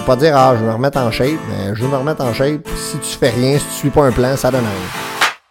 pas dire, je vais me remettre en shape, mais je vais me remettre en shape. Si tu fais rien, si tu suis pas un plan, ça donne rien.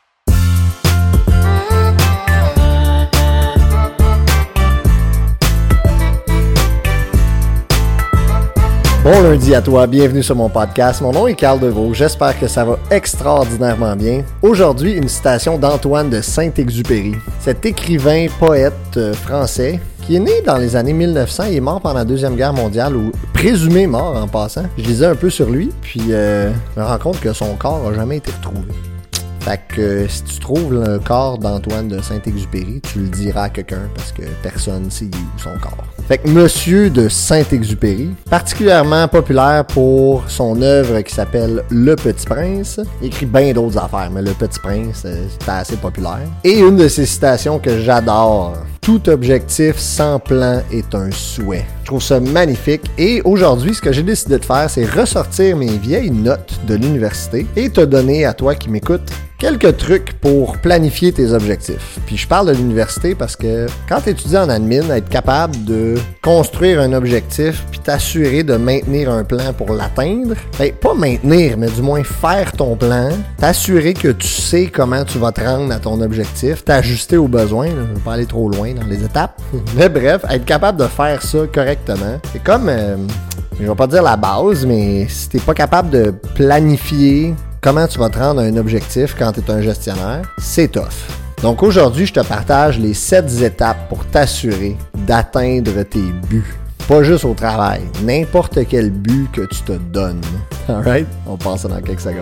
Bon lundi à toi, bienvenue sur mon podcast. Mon nom est Carl Deveau, j'espère que ça va extraordinairement bien. Aujourd'hui, une citation d'Antoine de Saint-Exupéry. Cet écrivain, poète français, qui est né dans les années 1900, il est mort pendant la Deuxième Guerre mondiale, ou présumé mort en passant. Je lisais un peu sur lui, puis je me rends compte que son corps n'a jamais été retrouvé. Fait que si tu trouves le corps d'Antoine de Saint-Exupéry, tu le diras à quelqu'un parce que personne sait où son corps. Fait que Monsieur de Saint-Exupéry, particulièrement populaire pour son œuvre qui s'appelle Le Petit Prince, il écrit bien d'autres affaires, mais Le Petit Prince, c'était assez populaire. Et une de ses citations que j'adore, tout objectif sans plan est un souhait. Je trouve ça magnifique et aujourd'hui, ce que j'ai décidé de faire, c'est ressortir mes vieilles notes de l'université et te donner à toi qui m'écoutes quelques trucs pour planifier tes objectifs. Puis je parle de l'université parce que quand tu étudies en admin, être capable de construire un objectif puis t'assurer de maintenir un plan pour l'atteindre, ben pas maintenir, mais du moins faire ton plan, t'assurer que tu sais comment tu vas te rendre à ton objectif, t'ajuster aux besoins, là, je vais pas aller trop loin dans les étapes, mais bref, être capable de faire ça correctement. C'est comme, je vais pas dire la base, mais si t'es pas capable de planifier comment tu vas te rendre à un objectif quand tu es un gestionnaire, c'est tough. Donc aujourd'hui, je te partage les 7 étapes pour t'assurer d'atteindre tes buts. Pas juste au travail, n'importe quel but que tu te donnes. Alright? On passe dans quelques secondes.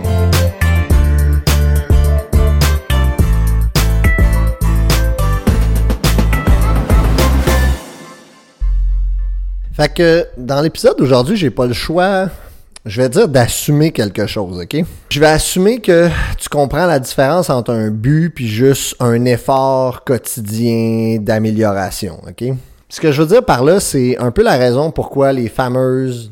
Fait que dans l'épisode d'aujourd'hui, j'ai pas le choix, je vais dire d'assumer quelque chose, ok? Je vais assumer que tu comprends la différence entre un but puis juste un effort quotidien d'amélioration, ok? Ce que je veux dire par là, c'est un peu la raison pourquoi les fameuses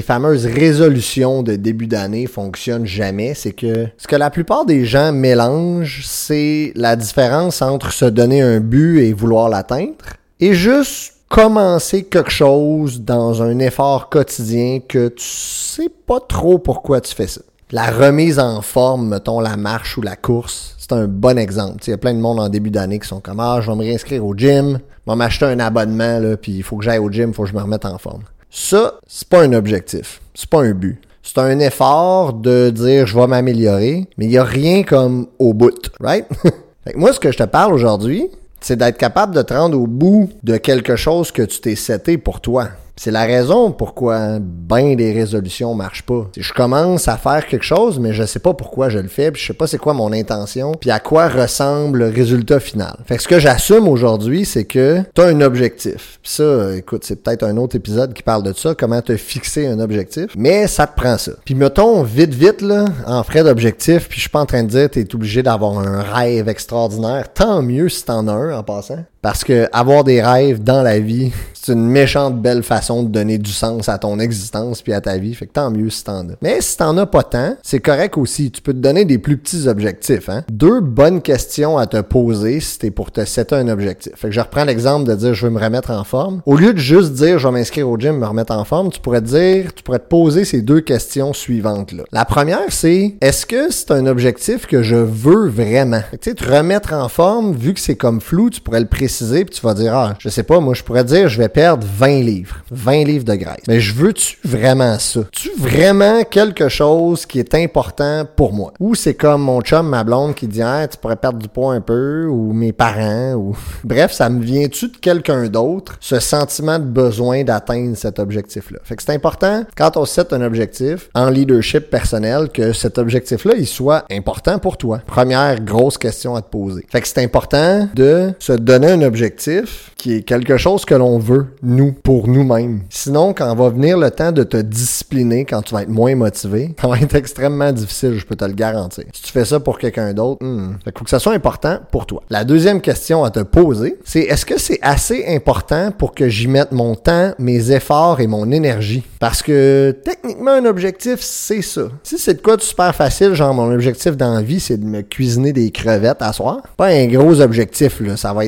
résolutions de début d'année fonctionnent jamais. C'est que ce que la plupart des gens mélangent, c'est la différence entre se donner un but et vouloir l'atteindre et juste commencer quelque chose dans un effort quotidien que tu sais pas trop pourquoi tu fais ça. La remise en forme, mettons la marche ou la course, c'est un bon exemple. Il y a plein de monde en début d'année qui sont comme « je vais me réinscrire au gym, je vais m'acheter un abonnement, là, puis il faut que j'aille au gym, il faut que je me remette en forme. » Ça, c'est pas un objectif, c'est pas un but. C'est un effort de dire « je vais m'améliorer », mais il y a rien comme au bout, right? Fait que moi, ce que je te parle aujourd'hui, c'est d'être capable de te rendre au bout de quelque chose que tu t'es seté pour toi. C'est la raison pourquoi ben des résolutions marchent pas. Je commence à faire quelque chose, mais je sais pas pourquoi je le fais, puis je sais pas c'est quoi mon intention, puis à quoi ressemble le résultat final. Fait que ce que j'assume aujourd'hui, c'est que t'as un objectif. Puis ça, écoute, c'est peut-être un autre épisode qui parle de ça, comment te fixer un objectif, mais ça te prend ça. Puis mettons, vite, là, en frais d'objectif, puis je suis pas en train de dire t'es obligé d'avoir un rêve extraordinaire, tant mieux si t'en as un en passant. Parce que avoir des rêves dans la vie, c'est une méchante belle façon de donner du sens à ton existence puis à ta vie. Fait que tant mieux si t'en as. Mais si t'en as pas tant, c'est correct aussi. Tu peux te donner des plus petits objectifs, hein. 2 bonnes questions à te poser si t'es pour te setter un objectif. Fait que je reprends l'exemple de dire je veux me remettre en forme. Au lieu de juste dire je vais m'inscrire au gym, me remettre en forme, tu pourrais te poser ces 2 questions suivantes-là. La première, c'est est-ce que c'est un objectif que je veux vraiment? Fait que, tu sais, te remettre en forme, vu que c'est comme flou, tu pourrais le préciser puis tu vas dire, je sais pas, moi je pourrais dire je vais perdre 20 livres de graisse. Mais je veux-tu vraiment ça? Tu vraiment quelque chose qui est important pour moi? Ou c'est comme mon chum, ma blonde qui dit, tu pourrais perdre du poids un peu, ou mes parents, ou... Bref, ça me vient-tu de quelqu'un d'autre, ce sentiment de besoin d'atteindre cet objectif-là? Fait que c'est important, quand on set un objectif en leadership personnel, que cet objectif-là, il soit important pour toi. Première grosse question à te poser. Fait que c'est important de se donner un objectif qui est quelque chose que l'on veut, nous, pour nous-mêmes. Sinon, quand va venir le temps de te discipliner, quand tu vas être moins motivé, ça va être extrêmement difficile, je peux te le garantir. Si tu fais ça pour quelqu'un d'autre, fait qu'il faut que ça soit important pour toi. La deuxième question à te poser, c'est est-ce que c'est assez important pour que j'y mette mon temps, mes efforts et mon énergie? Parce que techniquement, un objectif, c'est ça. Si c'est de quoi de super facile, genre mon objectif dans la vie, c'est de me cuisiner des crevettes à soir, pas un gros objectif, là, ça va être ultra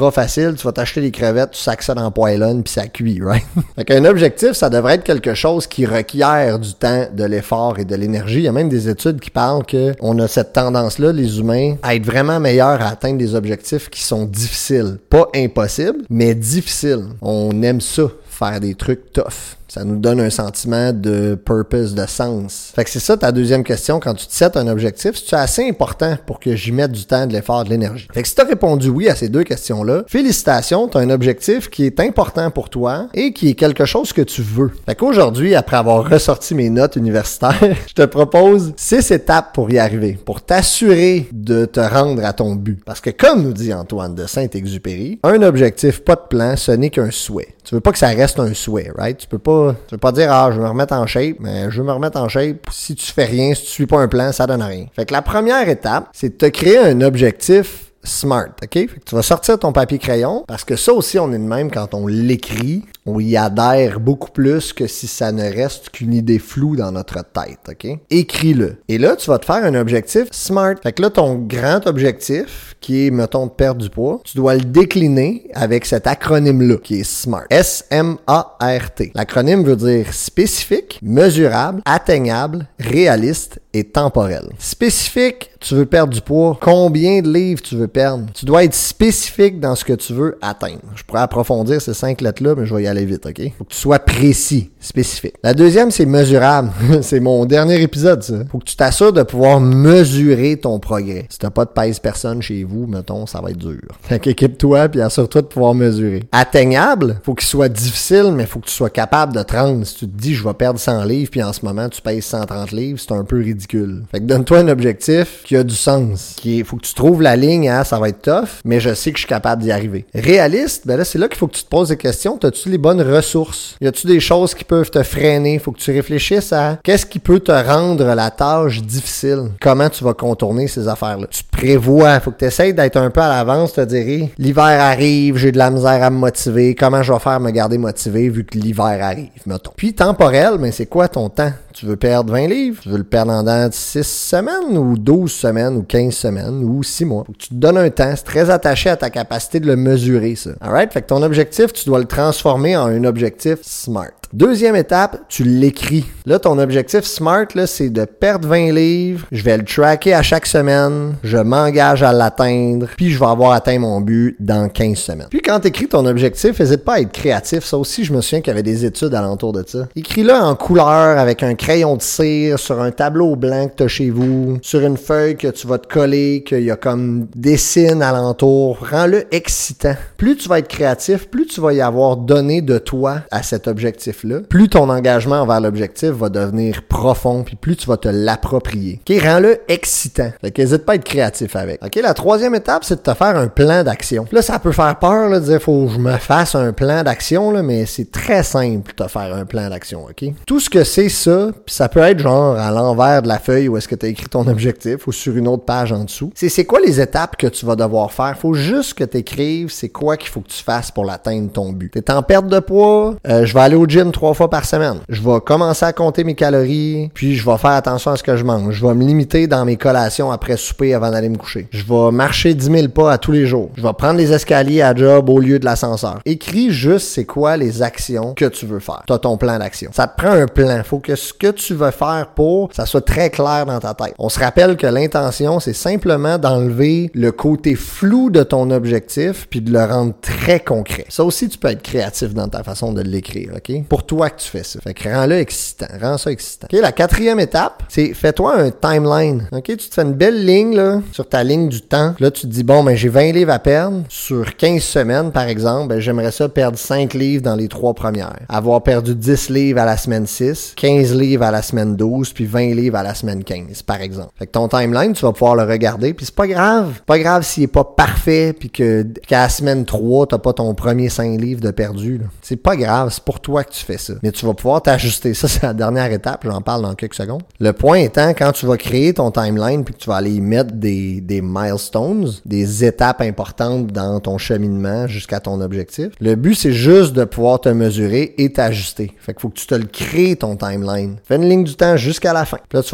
ultra facile, tu vas t'acheter des crevettes, tu sacs ça dans la poêlonne puis ça cuit, right? Fait qu'un objectif, ça devrait être quelque chose qui requiert du temps, de l'effort et de l'énergie. Il y a même des études qui parlent qu'on a cette tendance-là, les humains, à être vraiment meilleurs à atteindre des objectifs qui sont difficiles. Pas impossibles, mais difficiles. On aime ça, faire des trucs tough. Ça nous donne un sentiment de purpose, de sens. Fait que c'est ça ta deuxième question. Quand tu te sets un objectif, c'est assez important pour que j'y mette du temps, de l'effort, de l'énergie. Fait que si tu as répondu oui à ces deux questions-là, félicitations, tu as un objectif qui est important pour toi et qui est quelque chose que tu veux. Fait qu'aujourd'hui, après avoir ressorti mes notes universitaires, je te propose 6 étapes pour y arriver, pour t'assurer de te rendre à ton but. Parce que comme nous dit Antoine de Saint-Exupéry, un objectif, pas de plan, ce n'est qu'un souhait. Tu veux pas que ça reste un souhait, right? Tu veux pas dire, je veux me remettre en shape, mais je veux me remettre en shape. Si tu fais rien, si tu suis pas un plan, ça donne rien. Fait que la première étape, c'est de te créer un objectif SMART, OK? Fait que tu vas sortir ton papier crayon, parce que ça aussi, on est de même quand on l'écrit, on y adhère beaucoup plus que si ça ne reste qu'une idée floue dans notre tête, OK? Écris-le. Et là, tu vas te faire un objectif SMART. Fait que là, ton grand objectif, qui est, mettons, de perdre du poids, tu dois le décliner avec cet acronyme-là, qui est SMART. S-M-A-R-T. L'acronyme veut dire spécifique, mesurable, atteignable, réaliste et temporel. Spécifique, tu veux perdre du poids. Combien de livres tu veux perdre? Tu dois être spécifique dans ce que tu veux atteindre. Je pourrais approfondir ces 5 lettres-là, mais je vais y aller vite, OK? Faut que tu sois précis, spécifique. La deuxième, c'est mesurable. C'est mon dernier épisode, ça. Faut que tu t'assures de pouvoir mesurer ton progrès. Si t'as pas de pèse-personne chez vous, mettons, ça va être dur. Fait qu'équipe-toi, puis assure-toi de pouvoir mesurer. Atteignable, faut qu'il soit difficile, mais faut que tu sois capable de te rendre. Si tu te dis, je vais perdre 100 livres, puis en ce moment, tu pèses 130 livres, c'est un peu ridicule. Fait que donne-toi un objectif qui a du sens. Faut que tu trouves la ligne, ça va être tough, mais je sais que je suis capable d'y arriver. Réaliste, ben là, c'est là qu'il faut que tu te poses des questions. T'as-tu les bonnes ressources? Y a-tu des choses qui peuvent te freiner? Faut que tu réfléchisses à qu'est-ce qui peut te rendre la tâche difficile? Comment tu vas contourner ces affaires-là? Tu prévois. Faut que tu essaies d'être un peu à l'avance, te dire, l'hiver arrive, j'ai de la misère à me motiver. Comment je vais faire me garder motivé vu que l'hiver arrive, mettons. Puis temporel, mais c'est quoi ton temps? Tu veux perdre 20 livres? Tu veux le perdre en 6 semaines ou 12 semaines ou 15 semaines ou 6 mois? Faut que tu te donnes un temps. C'est très attaché à ta capacité de le mesurer, ça. Alright? Fait que ton objectif, tu dois le transformer en un objectif SMART. Deuxième étape, tu l'écris. Là, ton objectif SMART, là, c'est de perdre 20 livres. Je vais le tracker à chaque semaine. Je m'engage à l'atteindre. Puis, je vais avoir atteint mon but dans 15 semaines. Puis, quand tu écris ton objectif, n'hésite pas à être créatif. Ça aussi, je me souviens qu'il y avait des études alentour de ça. Écris-le en couleur avec un crayon de cire sur un tableau blanc que tu as chez vous, sur une feuille que tu vas te coller, qu'il y a comme dessine alentour. Rends-le excitant. Plus tu vas être créatif, plus tu vas y avoir donné de toi à cet objectif-là, plus ton engagement envers l'objectif va devenir profond, puis plus tu vas te l'approprier. OK, rends-le excitant. Fait qu'hésite pas à être créatif avec. OK, la troisième étape, c'est de te faire un plan d'action. Là, ça peut faire peur, là, de dire, faut que je me fasse un plan d'action, là, mais c'est très simple de te faire un plan d'action, OK? Tout ce que c'est ça, puis ça peut être genre à l'envers de la feuille où est-ce que tu as écrit ton objectif ou sur une autre page en dessous. C'est quoi les étapes que tu vas devoir faire? Faut juste que tu écrives c'est quoi qu'il faut que tu fasses pour l'atteindre ton but. T'es en perte de poids, je vais aller au gym 3 fois par semaine. Je vais commencer à compter mes calories, puis je vais faire attention à ce que je mange. Je vais me limiter dans mes collations après souper avant d'aller me coucher. Je vais marcher 10 000 pas à tous les jours. Je vais prendre les escaliers à job au lieu de l'ascenseur. Écris juste c'est quoi les actions que tu veux faire. T'as ton plan d'action. Ça te prend un plan. Faut que ce que tu veux faire pour, ça soit très clair dans ta tête. On se rappelle que l'intention, c'est simplement d'enlever le côté flou de ton objectif puis de le rendre très concret. Ça aussi, tu peux être créatif dans ta façon de l'écrire, OK? Pour toi que tu fais ça. Fait que rends-le excitant. Rends ça excitant. OK, la quatrième étape, c'est fais-toi un timeline. OK, tu te fais une belle ligne, là, sur ta ligne du temps. Là, tu te dis, bon, ben, j'ai 20 livres à perdre. Sur 15 semaines, par exemple, ben, j'aimerais ça perdre 5 livres dans les 3 premières. Avoir perdu 10 livres à la semaine 6, 15 livres à la semaine 12, puis 20 livres à la semaine 15, par exemple. Fait que ton timeline, tu vas pouvoir le regarder, puis c'est pas grave. Pas grave s'il est pas parfait, puis qu'à la semaine 3, t'as pas ton premier 5 livres de perdu, là. C'est pas grave, c'est pour toi que tu fais ça. Mais tu vas pouvoir t'ajuster. Ça, c'est la dernière étape, j'en parle dans quelques secondes. Le point étant, quand tu vas créer ton timeline, puis que tu vas aller y mettre des milestones, des étapes importantes dans ton cheminement jusqu'à ton objectif, le but, c'est juste de pouvoir te mesurer et t'ajuster. Fait qu'il faut que tu te le crées, ton timeline. Fais une ligne du temps jusqu'à la fin. Puis là, tu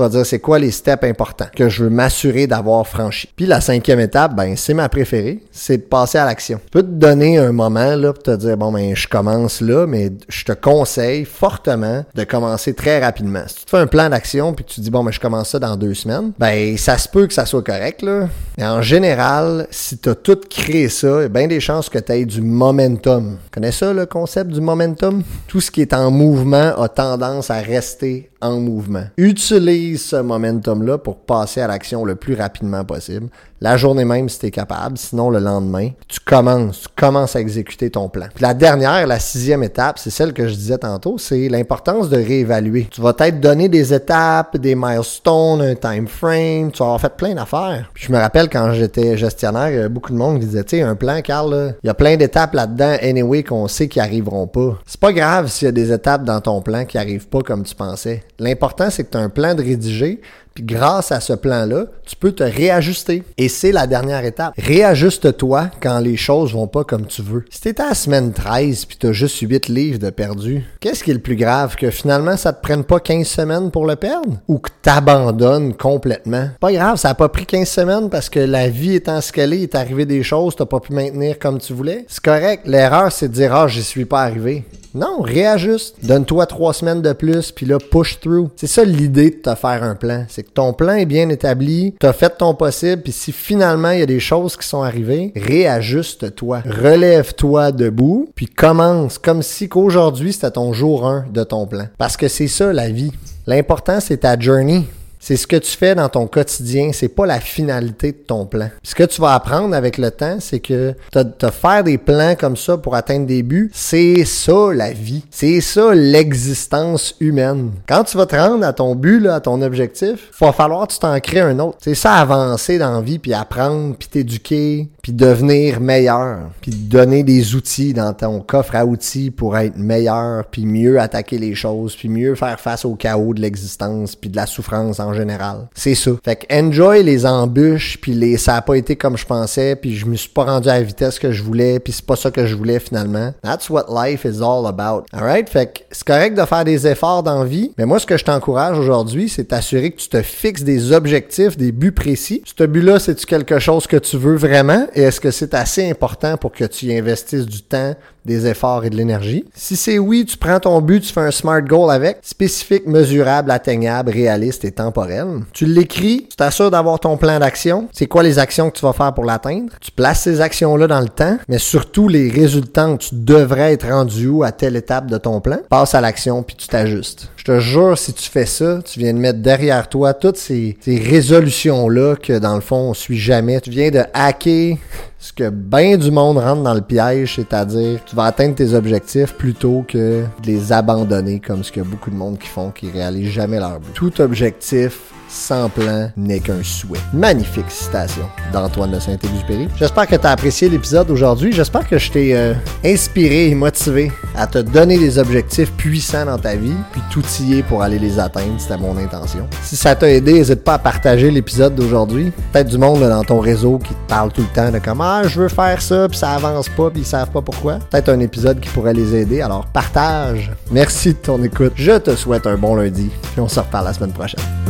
tu vas dire c'est quoi les steps importants que je veux m'assurer d'avoir franchi. Puis la 5e étape, ben c'est ma préférée, c'est de passer à l'action. Tu peux te donner un moment là pour te dire bon ben je commence là, mais je te conseille fortement de commencer très rapidement. Si tu te fais un plan d'action puis que tu dis bon ben je commence ça dans 2 semaines, ben ça se peut que ça soit correct là. Mais en général, si tu as tout créé ça, il y a bien des chances que tu aies du momentum. Tu connais ça le concept du momentum? Tout ce qui est en mouvement a tendance à rester en mouvement. Utilise ce momentum-là pour passer à l'action le plus rapidement possible. La journée même si tu es capable, sinon le lendemain, tu commences à exécuter ton plan. Puis la dernière, la 6e étape, c'est celle que je disais tantôt, c'est l'importance de réévaluer. Tu vas peut-être donner des étapes, des milestones, un time frame, tu vas avoir fait plein d'affaires. Puis je me rappelle quand j'étais gestionnaire, il y a beaucoup de monde qui disait, tu sais, un plan, Carl, là, il y a plein d'étapes là-dedans, anyway, qu'on sait qui arriveront pas. C'est pas grave s'il y a des étapes dans ton plan qui arrivent pas comme tu pensais. L'important, c'est que tu as un plan de rédiger, puis grâce à ce plan-là, tu peux te réajuster. Et c'est la dernière étape. Réajuste-toi quand les choses vont pas comme tu veux. Si t'es à la semaine 13 puis t'as juste 8 livres de perdu, qu'est-ce qui est le plus grave? Que finalement, ça te prenne pas 15 semaines pour le perdre? Ou que t'abandonnes complètement? Pas grave, ça a pas pris 15 semaines parce que la vie étant escalée, il est arrivé des choses, t'as pas pu maintenir comme tu voulais. C'est correct. L'erreur, c'est de dire « Ah, j'y suis pas arrivé ». Non, réajuste. Donne-toi 3 semaines de plus, puis là, push through. C'est ça l'idée de te faire un plan. C'est que ton plan est bien établi, tu as fait ton possible, puis si finalement il y a des choses qui sont arrivées, réajuste-toi. Relève-toi debout, puis commence comme si qu'aujourd'hui c'était ton jour 1 de ton plan. Parce que c'est ça la vie. L'important, c'est ta journey. C'est ce que tu fais dans ton quotidien, c'est pas la finalité de ton plan. Ce que tu vas apprendre avec le temps, c'est que te faire des plans comme ça pour atteindre des buts, c'est ça la vie. C'est ça l'existence humaine. Quand tu vas te rendre à ton but, là, à ton objectif, il va falloir que tu t'en crées un autre. C'est ça avancer dans la vie, puis apprendre, puis t'éduquer, puis devenir meilleur, puis donner des outils dans ton coffre à outils pour être meilleur, puis mieux attaquer les choses, puis mieux faire face au chaos de l'existence, puis de la souffrance en général. C'est ça. Fait que enjoy les embûches, puis ça a pas été comme je pensais, puis je me suis pas rendu à la vitesse que je voulais, puis c'est pas ça que je voulais finalement. That's what life is all about. Alright? Fait que c'est correct de faire des efforts dans la vie, mais moi ce que je t'encourage aujourd'hui, c'est t'assurer que tu te fixes des objectifs, des buts précis. Ce but-là, c'est-tu quelque chose que tu veux vraiment? Et est-ce que c'est assez important pour que tu y investisses du temps, des efforts et de l'énergie? Si c'est oui, tu prends ton but, tu fais un SMART goal avec, spécifique, mesurable, atteignable, réaliste et temporel. Tu l'écris, tu t'assures d'avoir ton plan d'action. C'est quoi les actions que tu vas faire pour l'atteindre? Tu places ces actions-là dans le temps, mais surtout les résultats, tu devrais être rendu où à telle étape de ton plan. Passe à l'action puis tu t'ajustes. Je te jure, si tu fais ça, tu viens de mettre derrière toi toutes ces résolutions-là que dans le fond, on suit jamais. Tu viens de hacker ce que bien du monde rentre dans le piège, c'est-à-dire tu vas atteindre tes objectifs plutôt que de les abandonner comme ce qu'il y a beaucoup de monde qui font, qui réalisent jamais leur but. Tout objectif sans plan n'est qu'un souhait. Magnifique citation d'Antoine de Saint-Exupéry. J'espère que tu as apprécié l'épisode d'aujourd'hui. J'espère que je t'ai inspiré et motivé à te donner des objectifs puissants dans ta vie, puis t'outiller pour aller les atteindre. C'était mon intention. Si ça t'a aidé, n'hésite pas à partager l'épisode d'aujourd'hui. Peut-être du monde là, dans ton réseau qui te parle tout le temps de comment je veux faire ça, puis ça avance pas, puis ils savent pas pourquoi. Peut-être un épisode qui pourrait les aider. Alors partage. Merci de ton écoute. Je te souhaite un bon lundi, puis on se reparle la semaine prochaine.